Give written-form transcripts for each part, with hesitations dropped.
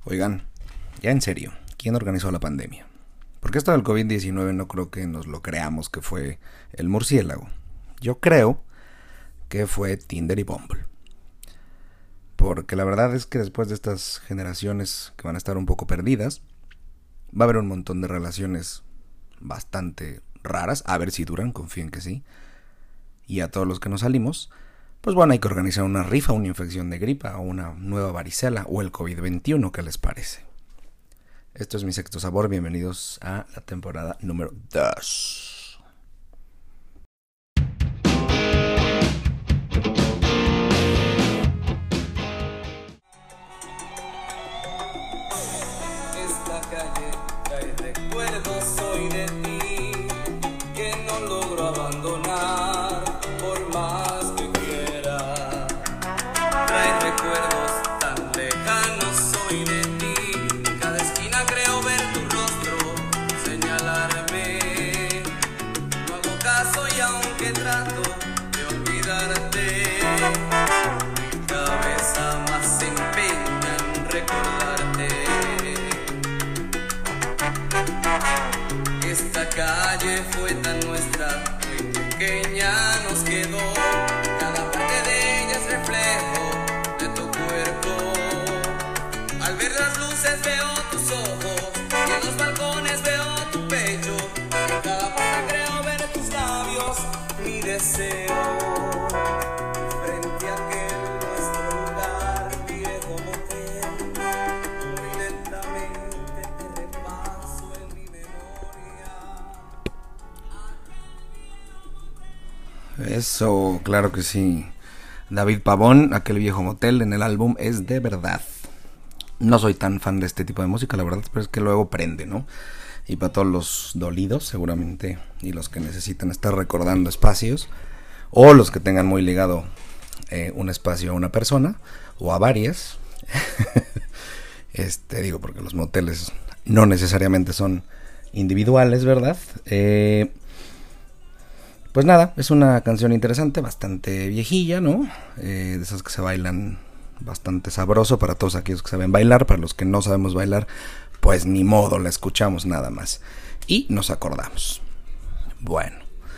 Oigan, ya en serio, ¿quién organizó la pandemia? Porque esto del COVID-19 no creo que nos lo creamos que fue el murciélago. Yo creo que fue Tinder y Bumble. Porque la verdad es que después de estas generaciones que van a estar un poco perdidas, va a haber un montón de relaciones bastante raras. A ver si duran, confío en que sí. Y a todos los que nos salimos, pues bueno, hay que organizar una rifa, una infección de gripa, o una nueva varicela, o el COVID-21, ¿qué les parece? Esto es Mi Sexto Sabor, bienvenidos a la temporada número 2. Esta calle trae recuerdos hoy de ti que no logro abandonar por más que quiera. Trae recuerdos tan lejanos hoy de ti. En cada esquina creo ver tu rostro señalarme. No hago caso y aunque trato de olvidarte, mi cabeza más se empeña en recordarte. Esta calle fue tan nuestra, muy pequeña nos quedó. Cada parte de ella es reflejo de tu cuerpo. Al ver las luces veo tus ojos y en los balcones veo tu pecho. En cada parte creo ver tus labios, mi deseo. Frente a aquel nuestro lugar, viejo motel, muy lentamente te repaso en mi memoria. Eso, claro que sí. David Pavón, Aquel viejo motel, en el álbum Es de Verdad. No soy tan fan de este tipo de música, la verdad, pero es que luego prende, ¿no? Y para todos los dolidos, seguramente, y los que necesitan estar recordando espacios, o los que tengan muy ligado un espacio a una persona, o a varias. Digo, porque los moteles no necesariamente son individuales, ¿verdad? Pues nada, es una canción interesante, bastante viejilla, ¿no? De esas que se bailan bastante sabroso para todos aquellos que saben bailar. Para los que no sabemos bailar, pues ni modo, la escuchamos nada más y nos acordamos. Bueno,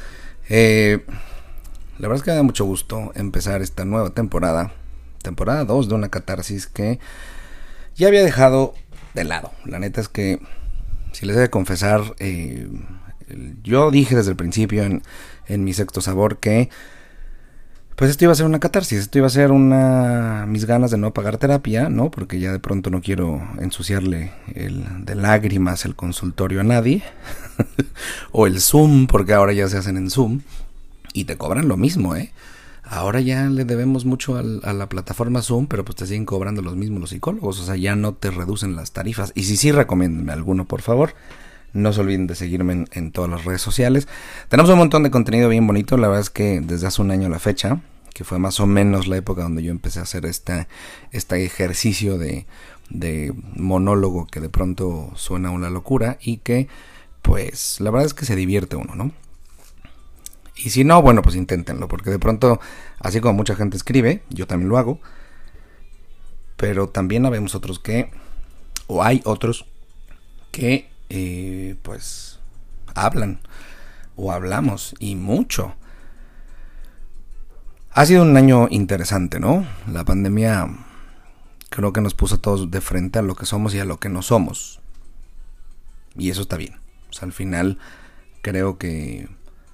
la verdad es que me da mucho gusto empezar esta nueva temporada 2 de una catarsis que ya había dejado de lado. La neta es que, si les he de confesar, yo dije desde el principio en Mi Sexto Sabor que pues esto iba a ser una catarsis, esto iba a ser mis ganas de no pagar terapia, ¿no? Porque ya de pronto no quiero ensuciarle de lágrimas el consultorio a nadie. O el Zoom, porque ahora ya se hacen en Zoom y te cobran lo mismo, ¿eh? Ahora ya le debemos mucho a la plataforma Zoom, pero pues te siguen cobrando los mismos los psicólogos, o sea, ya no te reducen las tarifas. Y sí, recomiéndenme alguno, por favor. No se olviden de seguirme en todas las redes sociales. Tenemos un montón de contenido bien bonito. La verdad es que desde hace un año a la fecha, que fue más o menos la época donde yo empecé a hacer este ejercicio de monólogo que de pronto suena una locura y que, pues, la verdad es que se divierte uno, ¿no? Y si no, bueno, pues inténtenlo, porque de pronto, así como mucha gente escribe, yo también lo hago, pero también hay otros que pues hablan o hablamos y mucho. Ha sido un año interesante, ¿no? La pandemia creo que nos puso a todos de frente a lo que somos y a lo que no somos, y eso está bien. O sea, al final creo que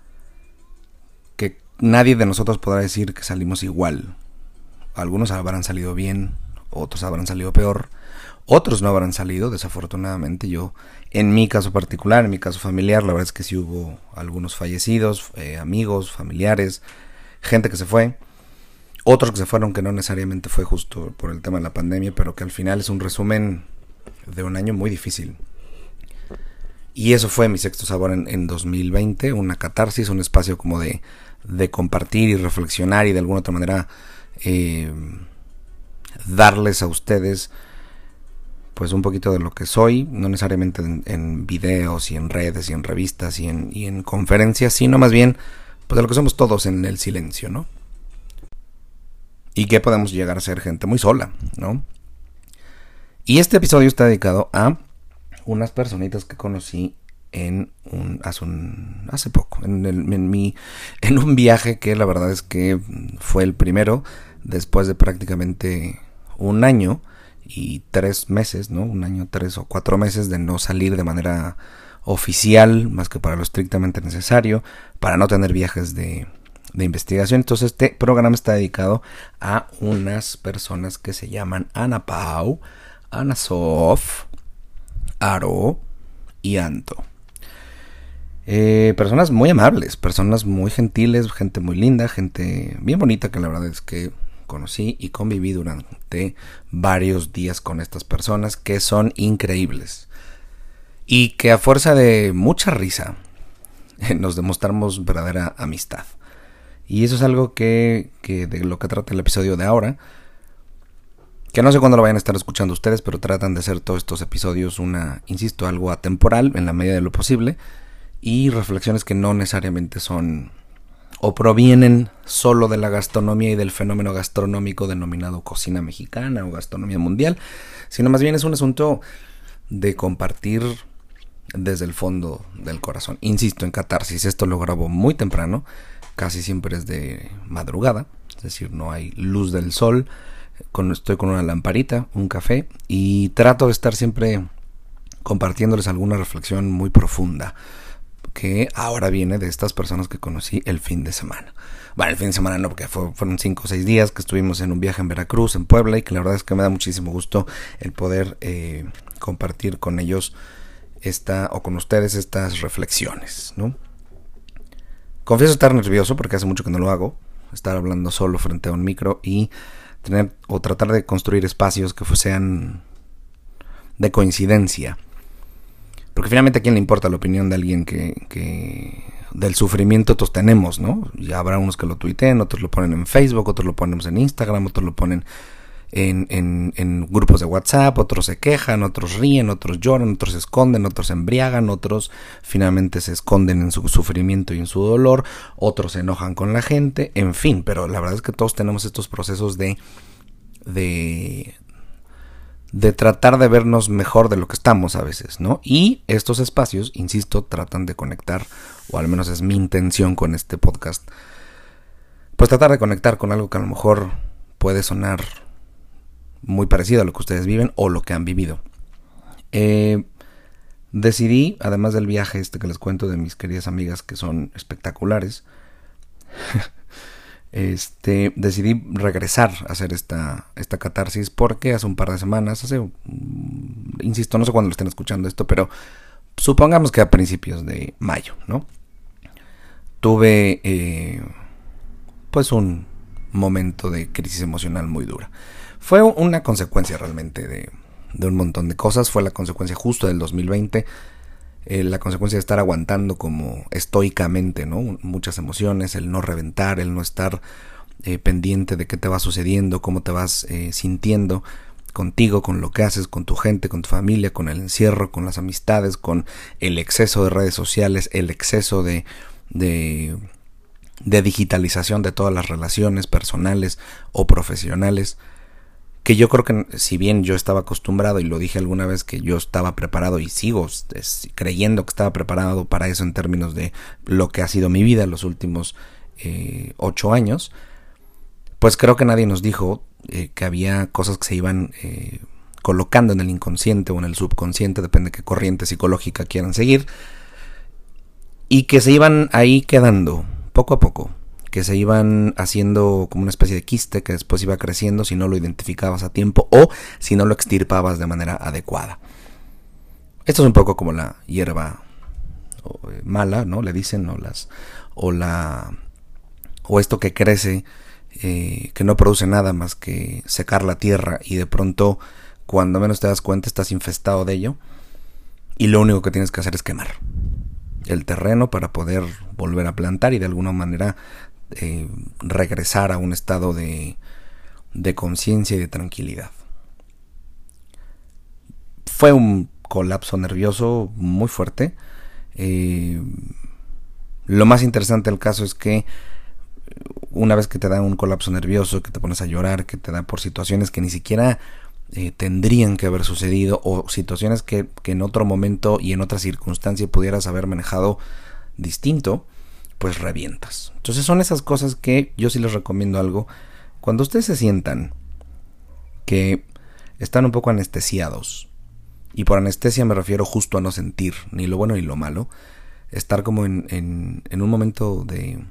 nadie de nosotros podrá decir que salimos igual. Algunos habrán salido bien, otros habrán salido peor, otros no habrán salido, desafortunadamente. Yo, en mi caso particular, en mi caso familiar, la verdad es que sí hubo algunos fallecidos, amigos, familiares, gente que se fue, otros que se fueron que no necesariamente fue justo por el tema de la pandemia, pero que al final es un resumen de un año muy difícil. Y eso fue Mi Sexto Sabor en 2020, una catarsis, un espacio como de compartir y reflexionar y de alguna otra manera darles a ustedes pues un poquito de lo que soy, no necesariamente en videos y en redes y en revistas y en conferencias, sino más bien pues de lo que somos todos en el silencio, ¿no? Y que podemos llegar a ser gente muy sola, ¿no? Y este episodio está dedicado a unas personitas que conocí hace poco, en un viaje que la verdad es que fue el primero después de prácticamente un año y 3 meses, ¿no? Un año, 3 o 4 meses de no salir de manera oficial, más que para lo estrictamente necesario, para no tener viajes de investigación. Entonces este programa está dedicado a unas personas que se llaman Ana Pau, Ana Sof, Aro y Anto. Personas muy amables, personas muy gentiles, gente muy linda, gente bien bonita que la verdad es que conocí y conviví durante varios días con estas personas que son increíbles y que a fuerza de mucha risa nos demostramos verdadera amistad. Y eso es algo que de lo que trata el episodio de ahora, que no sé cuándo lo vayan a estar escuchando ustedes, pero tratan de hacer todos estos episodios insisto, algo atemporal en la medida de lo posible, y reflexiones que no necesariamente son o provienen solo de la gastronomía y del fenómeno gastronómico denominado cocina mexicana o gastronomía mundial, sino más bien es un asunto de compartir desde el fondo del corazón. Insisto, en Catarsis, esto lo grabo muy temprano, casi siempre es de madrugada, es decir, no hay luz del sol, estoy con una lamparita, un café, y trato de estar siempre compartiéndoles alguna reflexión muy profunda que ahora viene de estas personas que conocí el fin de semana. Bueno, el fin de semana no, porque fueron 5 o 6 días que estuvimos en un viaje en Veracruz, en Puebla, y que la verdad es que me da muchísimo gusto el poder compartir con ellos con ustedes estas reflexiones, ¿no? Confieso estar nervioso porque hace mucho que no lo hago, estar hablando solo frente a un micro y tratar de construir espacios que sean de coincidencia. Porque finalmente a quién le importa la opinión de alguien que del sufrimiento todos tenemos, ¿no? Ya habrá unos que lo tuiteen, otros lo ponen en Facebook, otros lo ponemos en Instagram, otros lo ponen en grupos de WhatsApp, otros se quejan, otros ríen, otros lloran, otros se esconden, otros se embriagan, otros finalmente se esconden en su sufrimiento y en su dolor, otros se enojan con la gente, en fin, pero la verdad es que todos tenemos estos procesos de tratar de vernos mejor de lo que estamos a veces, ¿no? Y estos espacios, insisto, tratan de conectar, o al menos es mi intención con este podcast, pues tratar de conectar con algo que a lo mejor puede sonar muy parecido a lo que ustedes viven o lo que han vivido. Decidí, además del viaje que les cuento de mis queridas amigas que son espectaculares, decidí regresar a hacer esta catarsis porque hace un par de semanas, insisto, no sé cuándo lo estén escuchando esto, pero supongamos que a principios de mayo, ¿no? Tuve pues un momento de crisis emocional muy dura. Fue una consecuencia realmente de un montón de cosas, fue la consecuencia justo del 2020, la consecuencia de estar aguantando como estoicamente, ¿no? Muchas emociones, el no reventar, el no estar pendiente de qué te va sucediendo, cómo te vas sintiendo contigo, con lo que haces, con tu gente, con tu familia, con el encierro, con las amistades, con el exceso de redes sociales, el exceso de digitalización de todas las relaciones personales o profesionales. Que yo creo que si bien yo estaba acostumbrado, y lo dije alguna vez que yo estaba preparado y sigo creyendo que estaba preparado para eso en términos de lo que ha sido mi vida en los últimos 8 años, pues creo que nadie nos dijo que había cosas que se iban colocando en el inconsciente o en el subconsciente, depende de qué corriente psicológica quieran seguir, y que se iban ahí quedando poco a poco, que se iban haciendo como una especie de quiste que después iba creciendo si no lo identificabas a tiempo o si no lo extirpabas de manera adecuada. Esto es un poco como la hierba mala, ¿no? Le dicen, o esto que crece, que no produce nada más que secar la tierra y de pronto, cuando menos te das cuenta, estás infestado de ello y lo único que tienes que hacer es quemar el terreno para poder volver a plantar y de alguna manera regresar a un estado de conciencia y de tranquilidad. Fue un colapso nervioso muy fuerte. Lo más interesante del caso es que una vez que te da un colapso nervioso, que te pones a llorar, que te da por situaciones que ni siquiera tendrían que haber sucedido, o situaciones que en otro momento y en otra circunstancia pudieras haber manejado distinto, pues revientas. Entonces son esas cosas que yo sí les recomiendo algo. Cuando ustedes se sientan que están un poco anestesiados, y por anestesia me refiero justo a no sentir ni lo bueno ni lo malo, estar como en un momento de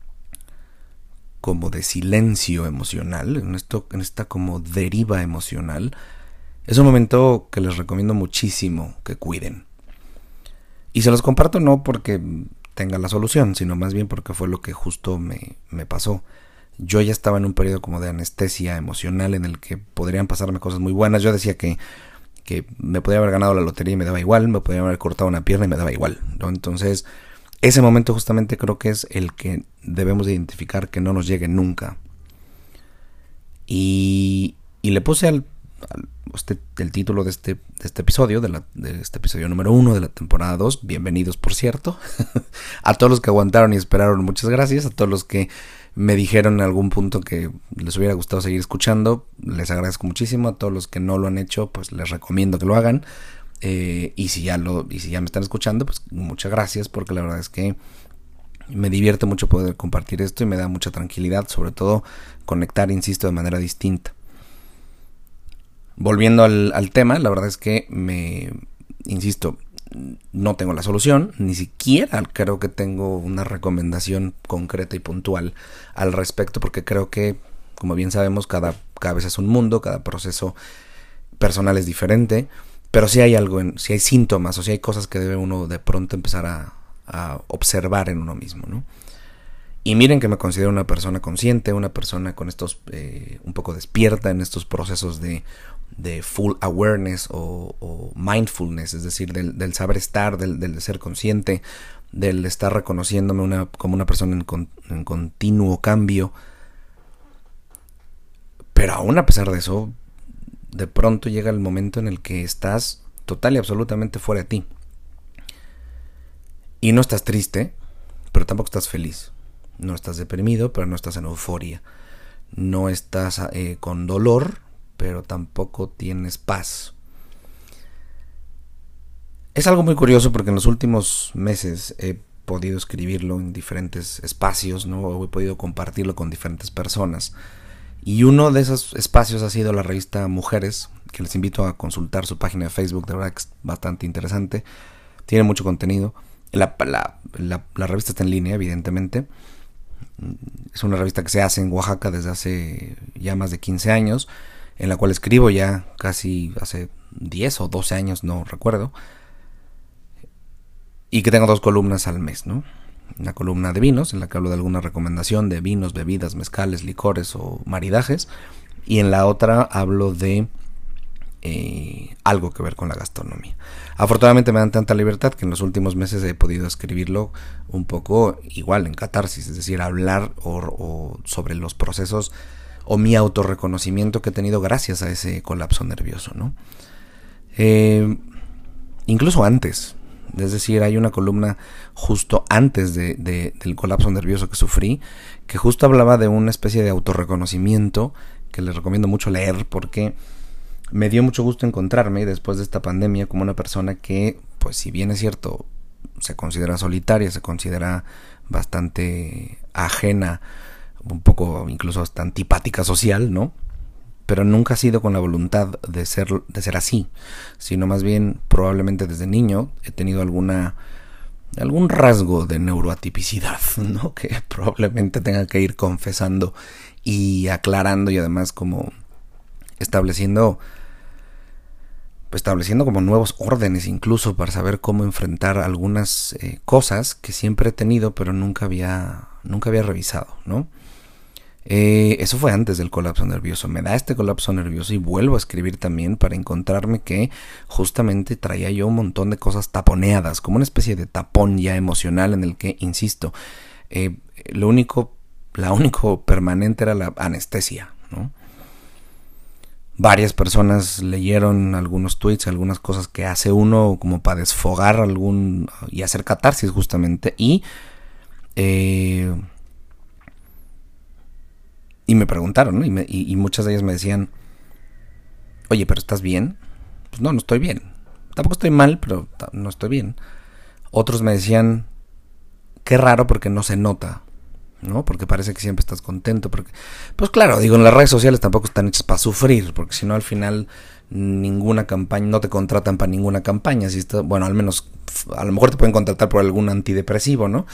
silencio emocional, en esta como deriva emocional, es un momento que les recomiendo muchísimo que cuiden. Y se los comparto no porque tenga la solución, sino más bien porque fue lo que justo me pasó. Yo ya estaba en un periodo como de anestesia emocional en el que podrían pasarme cosas muy buenas. Yo decía que me podría haber ganado la lotería y me daba igual, me podría haber cortado una pierna y me daba igual, ¿no? Entonces, ese momento justamente creo que es el que debemos de identificar que no nos llegue nunca. Y le puse el título de este episodio, de este episodio número 1 de la temporada 2. Bienvenidos, por cierto. A todos los que aguantaron y esperaron, muchas gracias. A todos los que me dijeron en algún punto que les hubiera gustado seguir escuchando, les agradezco muchísimo. A todos los que no lo han hecho, pues les recomiendo que lo hagan. Y si ya me están escuchando, pues muchas gracias, porque la verdad es que me divierte mucho poder compartir esto y me da mucha tranquilidad, sobre todo conectar, insisto, de manera distinta. Volviendo al tema, la verdad es que insisto, no tengo la solución, ni siquiera creo que tengo una recomendación concreta y puntual al respecto, porque creo que, como bien sabemos, cada cabeza es un mundo, cada proceso personal es diferente, pero sí hay algo, sí hay síntomas o sí hay cosas que debe uno de pronto empezar a observar en uno mismo, ¿no? Y miren que me considero una persona consciente, una persona con estos, un poco despierta en estos procesos de full awareness o mindfulness, es decir, del saber estar, del ser consciente, del estar reconociéndome como una persona en continuo cambio. Pero aún a pesar de eso, de pronto llega el momento en el que estás total y absolutamente fuera de ti. Y no estás triste, pero tampoco estás feliz. No estás deprimido, pero no estás en euforia. No estás con dolor, pero tampoco tienes paz. Es algo muy curioso porque en los últimos meses he podido escribirlo en diferentes espacios, ¿no? O he podido compartirlo con diferentes personas. Y uno de esos espacios ha sido la revista Mujeres, que les invito a consultar su página de Facebook, de verdad que es bastante interesante. Tiene mucho contenido. La revista está en línea, evidentemente. Es una revista que se hace en Oaxaca desde hace ya más de 15 años, en la cual escribo ya casi hace 10 o 12 años, no recuerdo, y que tengo 2 columnas al mes, ¿no? Una columna de vinos, en la que hablo de alguna recomendación de vinos, bebidas, mezcales, licores o maridajes, y en la otra hablo de algo que ver con la gastronomía. Afortunadamente me dan tanta libertad que en los últimos meses he podido escribirlo un poco igual en catarsis, es decir, hablar o sobre los procesos o mi autorreconocimiento que he tenido gracias a ese colapso nervioso, ¿no? Incluso antes, es decir, hay una columna justo antes del colapso nervioso que sufrí, que justo hablaba de una especie de autorreconocimiento que les recomiendo mucho leer, porque me dio mucho gusto encontrarme después de esta pandemia como una persona que, pues si bien es cierto, se considera solitaria, se considera bastante ajena, un poco incluso hasta antipática social, ¿no? Pero nunca ha sido con la voluntad de ser así, sino más bien probablemente desde niño he tenido algún rasgo de neuroatipicidad, ¿no? Que probablemente tenga que ir confesando y aclarando, y además como estableciendo como nuevos órdenes incluso para saber cómo enfrentar algunas cosas que siempre he tenido pero nunca había revisado, ¿no? Eso fue antes del colapso nervioso. Me da este colapso nervioso y vuelvo a escribir también para encontrarme que justamente traía yo un montón de cosas taponeadas, como una especie de tapón ya emocional en el que, insisto, lo único permanente era la anestesia, ¿no? Varias personas leyeron algunos tweets, algunas cosas que hace uno como para desfogar y hacer catarsis justamente, y me preguntaron, ¿no? y muchas de ellas me decían, oye, ¿pero estás bien? Pues no estoy bien. Tampoco estoy mal, pero no estoy bien. Otros me decían, qué raro porque no se nota, ¿no? Porque parece que siempre estás contento. Porque, pues claro, digo, en las redes sociales tampoco están hechas para sufrir, porque si no al final ninguna campaña, no te contratan para ninguna campaña. Si está, bueno, al menos, a lo mejor te pueden contratar por algún antidepresivo, ¿no?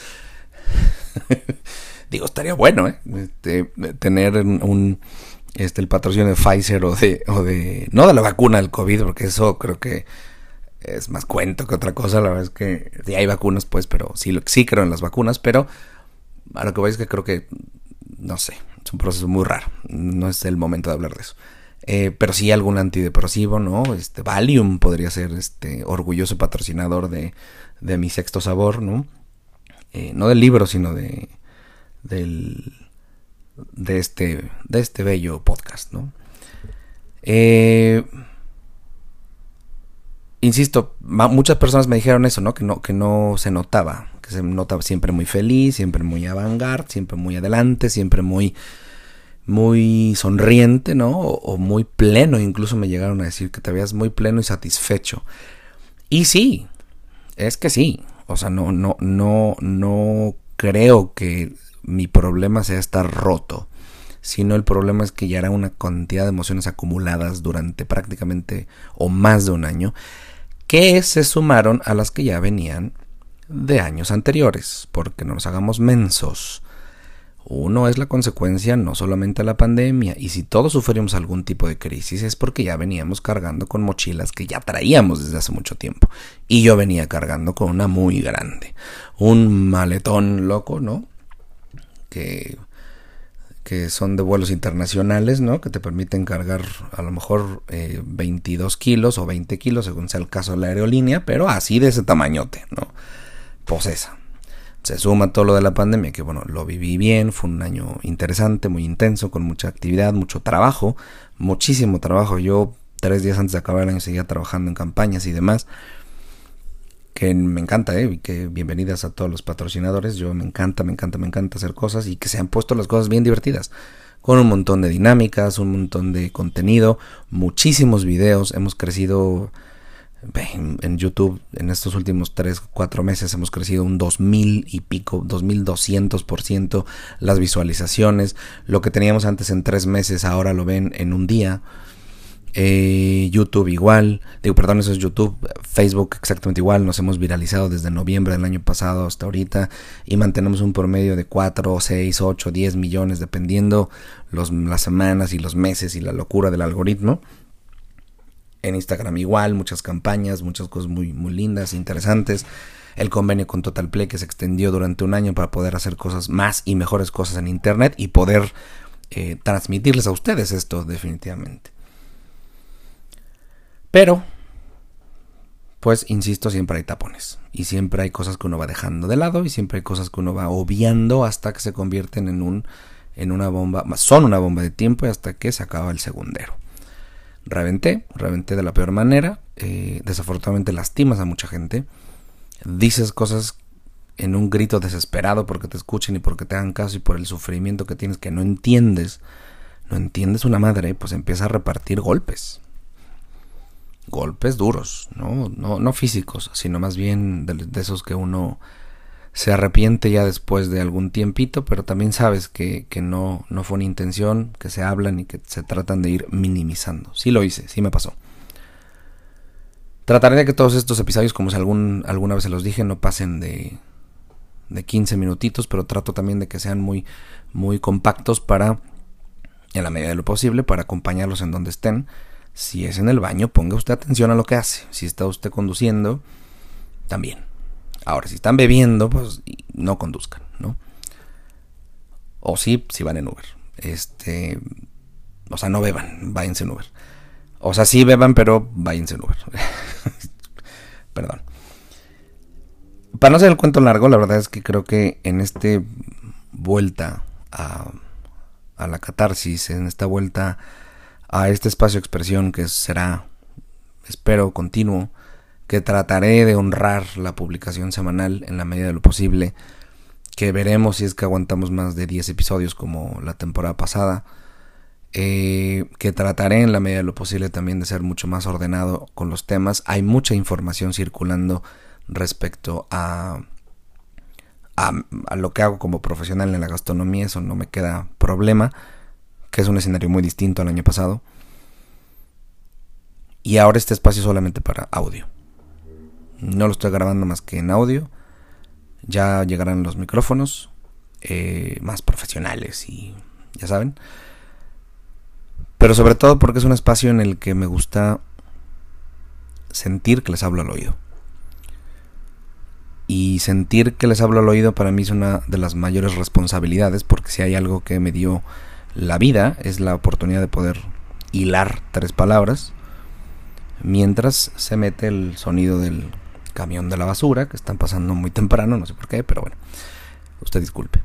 Digo, estaría bueno, tener el patrocinio de Pfizer o de no de la vacuna del COVID, porque eso creo que es más cuento que otra cosa. La verdad es que sí hay vacunas, pues, pero sí creo en las vacunas, pero a lo que voy es que creo que, no sé, es un proceso muy raro, no es el momento de hablar de eso. Pero sí algún antidepresivo, ¿no? Valium podría ser orgulloso patrocinador de Mi Sexto Sabor, ¿no? No del libro, sino de este bello podcast, ¿no? Insisto, muchas personas me dijeron eso, ¿no? Que no se notaba, que se notaba siempre muy feliz, siempre muy avant-garde, siempre muy adelante, siempre muy sonriente, ¿no? O muy pleno. Incluso me llegaron a decir que te veías muy pleno y satisfecho. Y sí, es que sí. O sea, no creo que mi problema sea estar roto, sino el problema es que ya era una cantidad de emociones acumuladas durante prácticamente o más de un año, que se sumaron a las que ya venían de años anteriores, porque no nos hagamos mensos. Uno es la consecuencia no solamente de la pandemia, y si todos sufrimos algún tipo de crisis es porque ya veníamos cargando con mochilas que ya traíamos desde hace mucho tiempo. Y yo venía cargando con una muy grande, un maletón loco, ¿no? Que son de vuelos internacionales, ¿no? Que te permiten cargar a lo mejor 22 kilos o 20 kilos, según sea el caso de la aerolínea, pero así de ese tamañote, ¿no? Pues esa. Se suma todo lo de la pandemia, que bueno, lo viví bien, fue un año interesante, muy intenso, con mucha actividad, mucho trabajo, muchísimo trabajo. Yo 3 días antes de acabar el año seguía trabajando en campañas y demás, que me encanta, y que bienvenidas a todos los patrocinadores. Yo me encanta hacer cosas y que se han puesto las cosas bien divertidas, con un montón de dinámicas, un montón de contenido, muchísimos videos. Hemos crecido en YouTube en estos últimos 3-4 meses, hemos crecido un 2000 y pico, 2200% las visualizaciones. Lo que teníamos antes en 3 meses ahora lo ven en un día. YouTube igual, eso es YouTube. Facebook exactamente igual. Nos hemos viralizado desde noviembre del año pasado hasta ahorita y mantenemos un promedio de 4, 6, 8, 10 millones dependiendo las semanas y los meses y la locura del algoritmo. En Instagram igual, muchas campañas, muchas cosas muy, muy lindas, interesantes. El convenio con Total Play, que se extendió durante un año para poder hacer cosas más y mejores cosas en internet y poder transmitirles a ustedes esto definitivamente. Pero, pues insisto, siempre hay tapones y siempre hay cosas que uno va dejando de lado y siempre hay cosas que uno va obviando hasta que se convierten en una bomba, son una bomba de tiempo y hasta que se acaba el segundero. Reventé de la peor manera. Desafortunadamente lastimas a mucha gente. Dices cosas en un grito desesperado porque te escuchen y porque te hagan caso y por el sufrimiento que tienes que no entiendes una madre, pues empieza a repartir golpes duros, no físicos, sino más bien de esos que uno se arrepiente ya después de algún tiempito, pero también sabes que no fue una intención, que se hablan y que se tratan de ir minimizando. Sí lo hice, sí me pasó. Trataré de que todos estos episodios, como si alguna vez se los dije, no pasen de 15 minutitos, pero trato también de que sean muy, muy compactos para, en la medida de lo posible, para acompañarlos en donde estén. Si es en el baño, ponga usted atención a lo que hace. Si está usted conduciendo, también. Ahora, si están bebiendo, pues no conduzcan, ¿no? O si van en Uber. O sea, no beban, váyanse en Uber. O sea, sí beban, pero váyanse en Uber. Perdón. Para no hacer el cuento largo, la verdad es que creo que en esta vuelta a la catarsis, en esta vuelta a este espacio de expresión que será, espero, continuo, que trataré de honrar la publicación semanal en la medida de lo posible, que veremos si es que aguantamos más de 10 episodios como la temporada pasada. que trataré en la medida de lo posible también de ser mucho más ordenado con los temas. Hay mucha información circulando respecto a lo que hago como profesional en la gastronomía, eso no me queda problema, que es un escenario muy distinto al año pasado. Y ahora este espacio solamente para audio. No lo estoy grabando más que en audio. Ya llegarán los micrófonos más profesionales y ya saben. Pero sobre todo porque es un espacio en el que me gusta sentir que les hablo al oído. Y sentir que les hablo al oído para mí es una de las mayores responsabilidades, porque si hay algo que me dio la vida es la oportunidad de poder hilar 3 palabras mientras se mete el sonido del camión de la basura que están pasando muy temprano, no sé por qué, pero bueno, usted disculpe.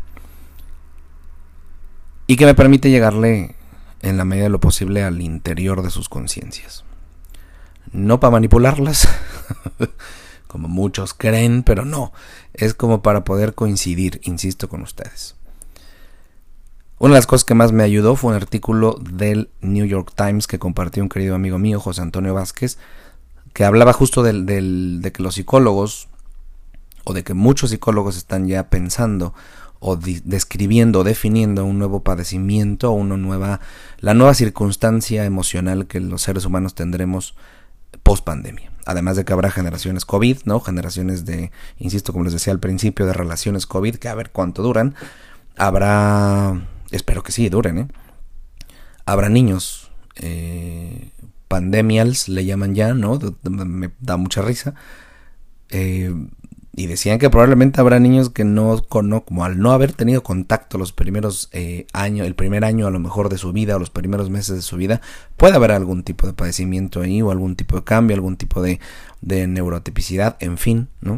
Y que me permite llegarle en la medida de lo posible al interior de sus conciencias. No para manipularlas, como muchos creen, pero no. Es como para poder coincidir, insisto, con ustedes. Una de las cosas que más me ayudó fue un artículo del New York Times que compartió un querido amigo mío, José Antonio Vázquez, que hablaba justo de que los psicólogos, o de que muchos psicólogos están ya pensando o describiendo o definiendo un nuevo padecimiento o la nueva circunstancia emocional que los seres humanos tendremos post pandemia. Además de que habrá generaciones COVID, ¿no? Generaciones de, insisto, como les decía al principio, de relaciones COVID, que a ver cuánto duran. Habrá, espero que sí duren, ¿eh? Habrá niños pandemials, le llaman ya, ¿no? Me da mucha risa. Y decían que probablemente habrá niños que como al no haber tenido contacto los primeros años, el primer año a lo mejor de su vida o los primeros meses de su vida, puede haber algún tipo de padecimiento ahí o algún tipo de cambio, algún tipo de neurotipicidad, en fin, ¿no?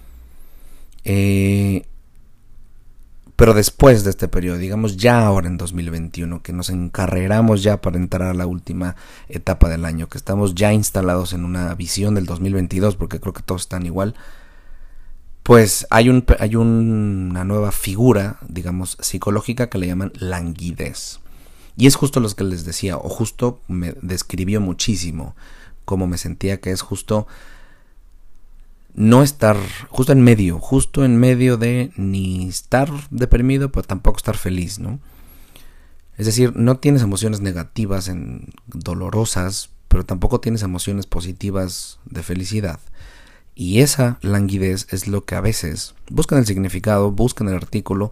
Pero después de este periodo, digamos ya ahora en 2021, que nos encarreramos ya para entrar a la última etapa del año, que estamos ya instalados en una visión del 2022, porque creo que todos están igual, pues hay una nueva figura, digamos, psicológica que le llaman languidez. Y es justo lo que les decía, o justo me describió muchísimo cómo me sentía, que es justo no estar justo en medio de ni estar deprimido, pero tampoco estar feliz, ¿no? Es decir, no tienes emociones negativas, dolorosas, pero tampoco tienes emociones positivas de felicidad. Y esa languidez es lo que a veces buscan el significado, buscan el artículo.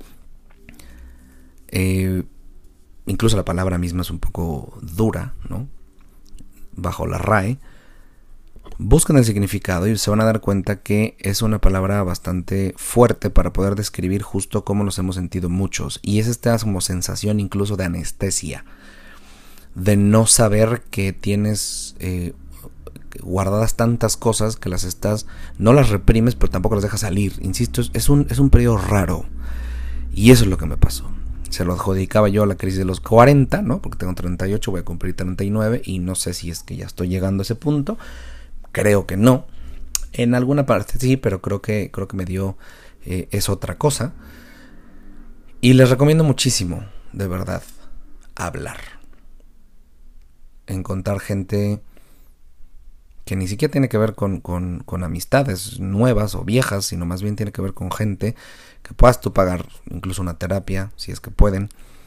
Incluso la palabra misma es un poco dura, ¿no? Bajo la RAE. Buscan el significado y se van a dar cuenta que es una palabra bastante fuerte para poder describir justo cómo nos hemos sentido muchos. Y es esta como sensación incluso de anestesia, de no saber que tienes guardadas tantas cosas que no las reprimes, pero tampoco las dejas salir. Insisto, es un periodo raro. Y eso es lo que me pasó. Se lo adjudicaba yo a la crisis de los 40, ¿no? Porque tengo 38, voy a cumplir 39 y no sé si es que ya estoy llegando a ese punto. Creo que no. En alguna parte sí, pero creo que me dio es otra cosa. Y les recomiendo muchísimo, de verdad, hablar. Encontrar gente que ni siquiera tiene que ver con amistades nuevas o viejas, sino más bien tiene que ver con gente que puedas tú pagar incluso una terapia, si es que pueden,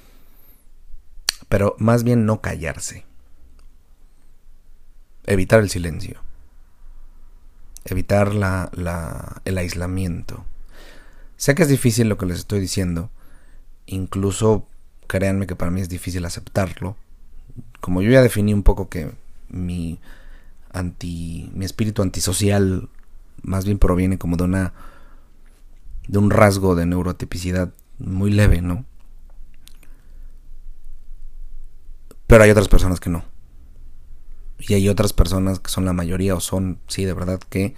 pero más bien no callarse, evitar el silencio, evitar el aislamiento. Sé que es difícil lo que les estoy diciendo, incluso créanme que para mí es difícil aceptarlo, como yo ya definí un poco que mi espíritu antisocial más bien proviene como de un rasgo de neurotipicidad muy leve, ¿no? Pero hay otras personas que no. Y hay otras personas que son la mayoría o son, sí, de verdad que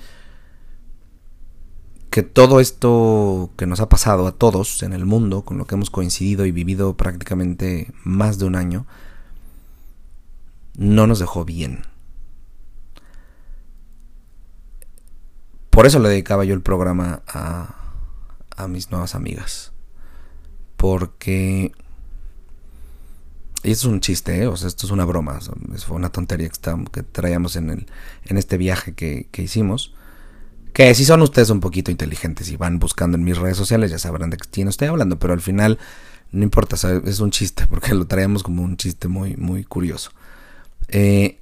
todo esto que nos ha pasado a todos en el mundo, con lo que hemos coincidido y vivido prácticamente más de un año, no nos dejó bien. Por eso le dedicaba yo el programa a mis nuevas amigas. Porque Y esto es un chiste, ¿eh? O sea, esto es una broma. Fue una tontería que traíamos en este viaje que hicimos. Que si son ustedes un poquito inteligentes y van buscando en mis redes sociales, ya sabrán de quién estoy hablando. Pero al final, no importa, ¿sabes? Es un chiste, porque lo traíamos como un chiste muy, muy curioso. El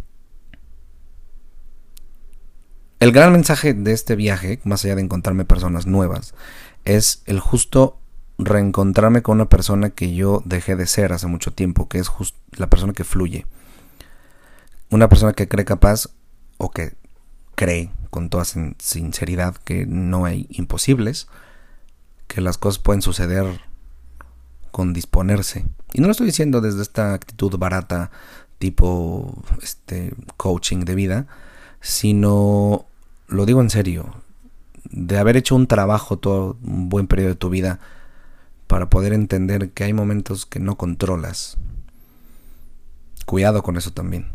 gran mensaje de este viaje, más allá de encontrarme personas nuevas, es el justo reencontrarme con una persona que yo dejé de ser hace mucho tiempo, que es la persona que fluye. Una persona que cree capaz, o que cree con toda sinceridad, que no hay imposibles, que las cosas pueden suceder con disponerse. Y no lo estoy diciendo desde esta actitud barata tipo coaching de vida, sino lo digo en serio, de haber hecho un trabajo todo un buen periodo de tu vida para poder entender que hay momentos que no controlas. Cuidado con eso también.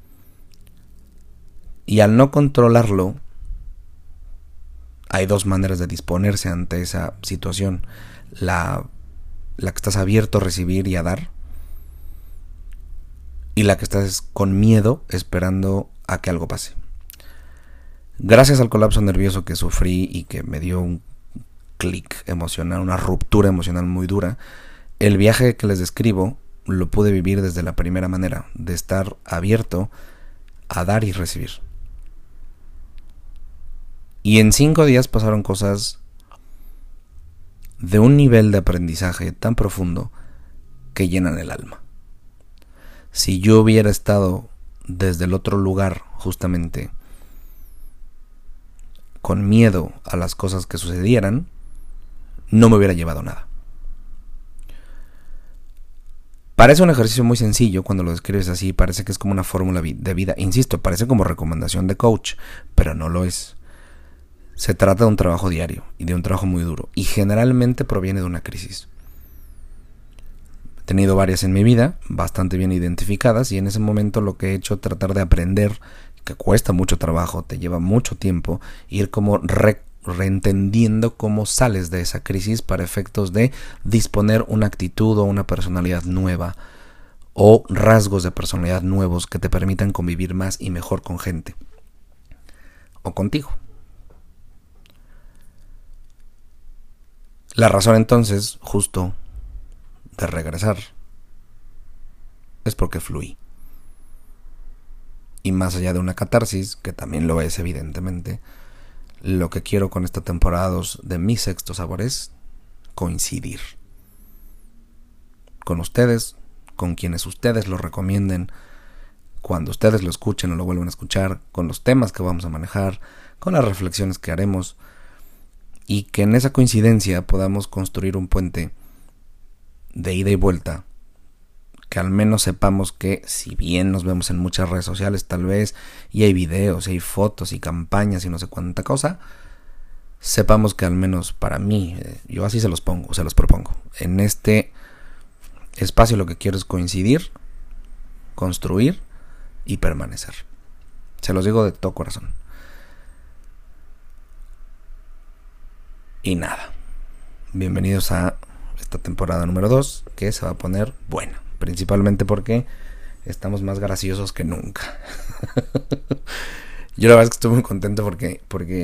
Y al no controlarlo, hay dos maneras de disponerse ante esa situación. La que estás abierto a recibir y a dar, y la que estás con miedo esperando a que algo pase. Gracias al colapso nervioso que sufrí y que me dio un clic emocional, una ruptura emocional muy dura, el viaje que les describo lo pude vivir desde la primera manera, de estar abierto a dar y recibir. Y en 5 días pasaron cosas de un nivel de aprendizaje tan profundo que llenan el alma. Si yo hubiera estado desde el otro lugar, justamente con miedo a las cosas que sucedieran, no me hubiera llevado nada. Parece un ejercicio muy sencillo cuando lo describes así, parece que es como una fórmula de vida. Insisto, parece como recomendación de coach, pero no lo es. Se trata de un trabajo diario y de un trabajo muy duro, y generalmente proviene de una crisis. He tenido varias en mi vida, bastante bien identificadas, y en ese momento lo que he hecho es tratar de aprender, que cuesta mucho trabajo, te lleva mucho tiempo, ir como reentendiendo cómo sales de esa crisis para efectos de disponer una actitud o una personalidad nueva, o rasgos de personalidad nuevos que te permitan convivir más y mejor con gente, o contigo. La razón entonces, justo, de regresar, es porque fluí. Y más allá de una catarsis, que también lo es evidentemente, lo que quiero con esta temporada 2 de Mi Sexto Sabor es coincidir. Con ustedes, con quienes ustedes lo recomienden, cuando ustedes lo escuchen o lo vuelvan a escuchar, con los temas que vamos a manejar, con las reflexiones que haremos, y que en esa coincidencia podamos construir un puente de ida y vuelta, que al menos sepamos que, si bien nos vemos en muchas redes sociales tal vez, y hay videos, y hay fotos y campañas y no sé cuánta cosa, sepamos que al menos para mí, yo así se los propongo. En este espacio lo que quiero es coincidir, construir y permanecer. Se los digo de todo corazón. Y nada, bienvenidos a esta temporada número 2, que se va a poner buena, principalmente porque estamos más graciosos que nunca. Yo la verdad es que estoy muy contento porque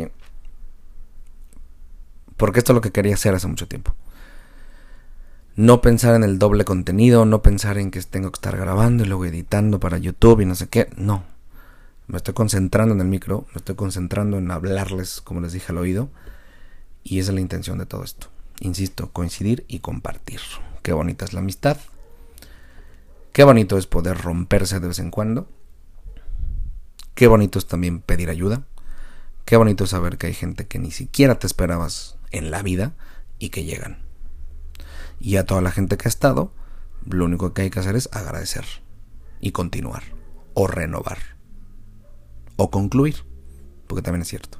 esto es lo que quería hacer hace mucho tiempo. No pensar en el doble contenido, no pensar en que tengo que estar grabando y luego editando para YouTube y no sé qué, no. Me estoy concentrando en el micro, me estoy concentrando en hablarles, como les dije al oído. Y esa es la intención de todo esto. Insisto, coincidir y compartir. Qué bonita es la amistad. Qué bonito es poder romperse de vez en cuando. Qué bonito es también pedir ayuda. Qué bonito es saber que hay gente que ni siquiera te esperabas en la vida y que llegan. Y a toda la gente que ha estado, lo único que hay que hacer es agradecer y continuar, o renovar, o concluir, porque también es cierto.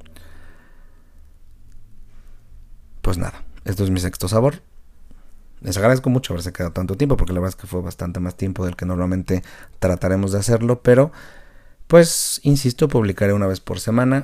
Pues nada, esto es Mi Sexto Sabor. Les agradezco mucho haberse quedado tanto tiempo, porque la verdad es que fue bastante más tiempo del que normalmente trataremos de hacerlo, pero pues insisto, publicaré una vez por semana.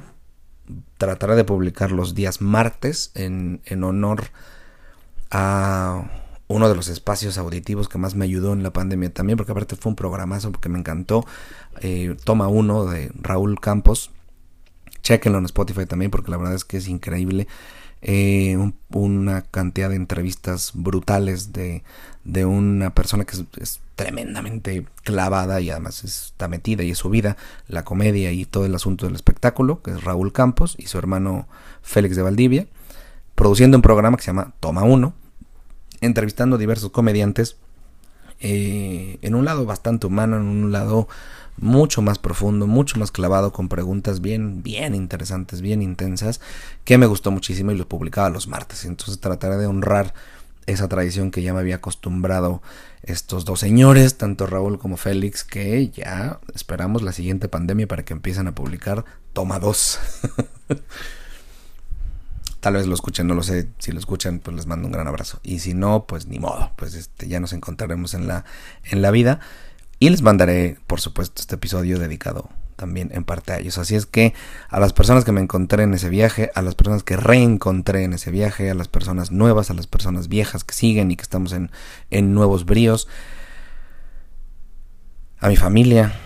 Trataré de publicar los días martes en honor a uno de los espacios auditivos que más me ayudó en la pandemia también, porque aparte fue un programazo, porque me encantó. Toma 1 de Raúl Campos. Chéquenlo en Spotify también, porque la verdad es que es increíble. Una cantidad de entrevistas brutales de una persona que es tremendamente clavada y además está metida y es su vida, la comedia y todo el asunto del espectáculo, que es Raúl Campos y su hermano Félix de Valdivia, produciendo un programa que se llama Toma 1, entrevistando a diversos comediantes, en un lado bastante humano, en un lado mucho más profundo, mucho más clavado, con preguntas bien interesantes, bien intensas, que me gustó muchísimo, y lo publicaba los martes. Entonces trataré de honrar esa tradición que ya me había acostumbrado estos dos señores, tanto Raúl como Félix, que ya esperamos la siguiente pandemia para que empiecen a publicar Toma 2. Tal vez lo escuchen, no lo sé. Si lo escuchan, pues les mando un gran abrazo. Y si no, pues ni modo. Pues ya nos encontraremos en la vida. Y les mandaré, por supuesto, este episodio dedicado también en parte a ellos. Así es que a las personas que me encontré en ese viaje, a las personas que reencontré en ese viaje, a las personas nuevas, a las personas viejas que siguen y que estamos en nuevos bríos, a mi familia,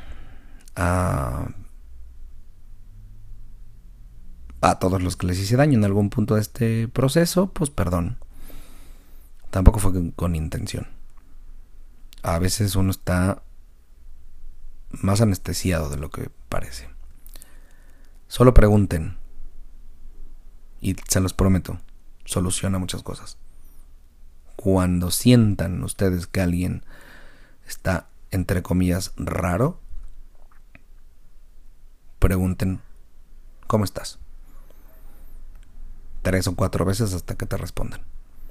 a todos los que les hice daño en algún punto de este proceso, pues perdón. Tampoco fue con intención. A veces uno está más anestesiado de lo que parece. Solo pregunten, y se los prometo, soluciona muchas cosas. Cuando sientan ustedes que alguien está, entre comillas, raro, pregunten, ¿cómo estás? 3 o 4 veces hasta que te respondan.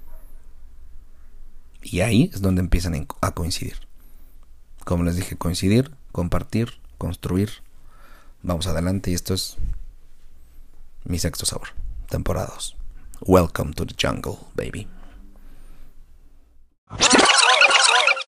Y ahí es donde empiezan a coincidir. Como les dije, coincidir, compartir, construir. Vamos adelante, y esto es mi sexto sabor, temporada 2. Welcome to the jungle, baby.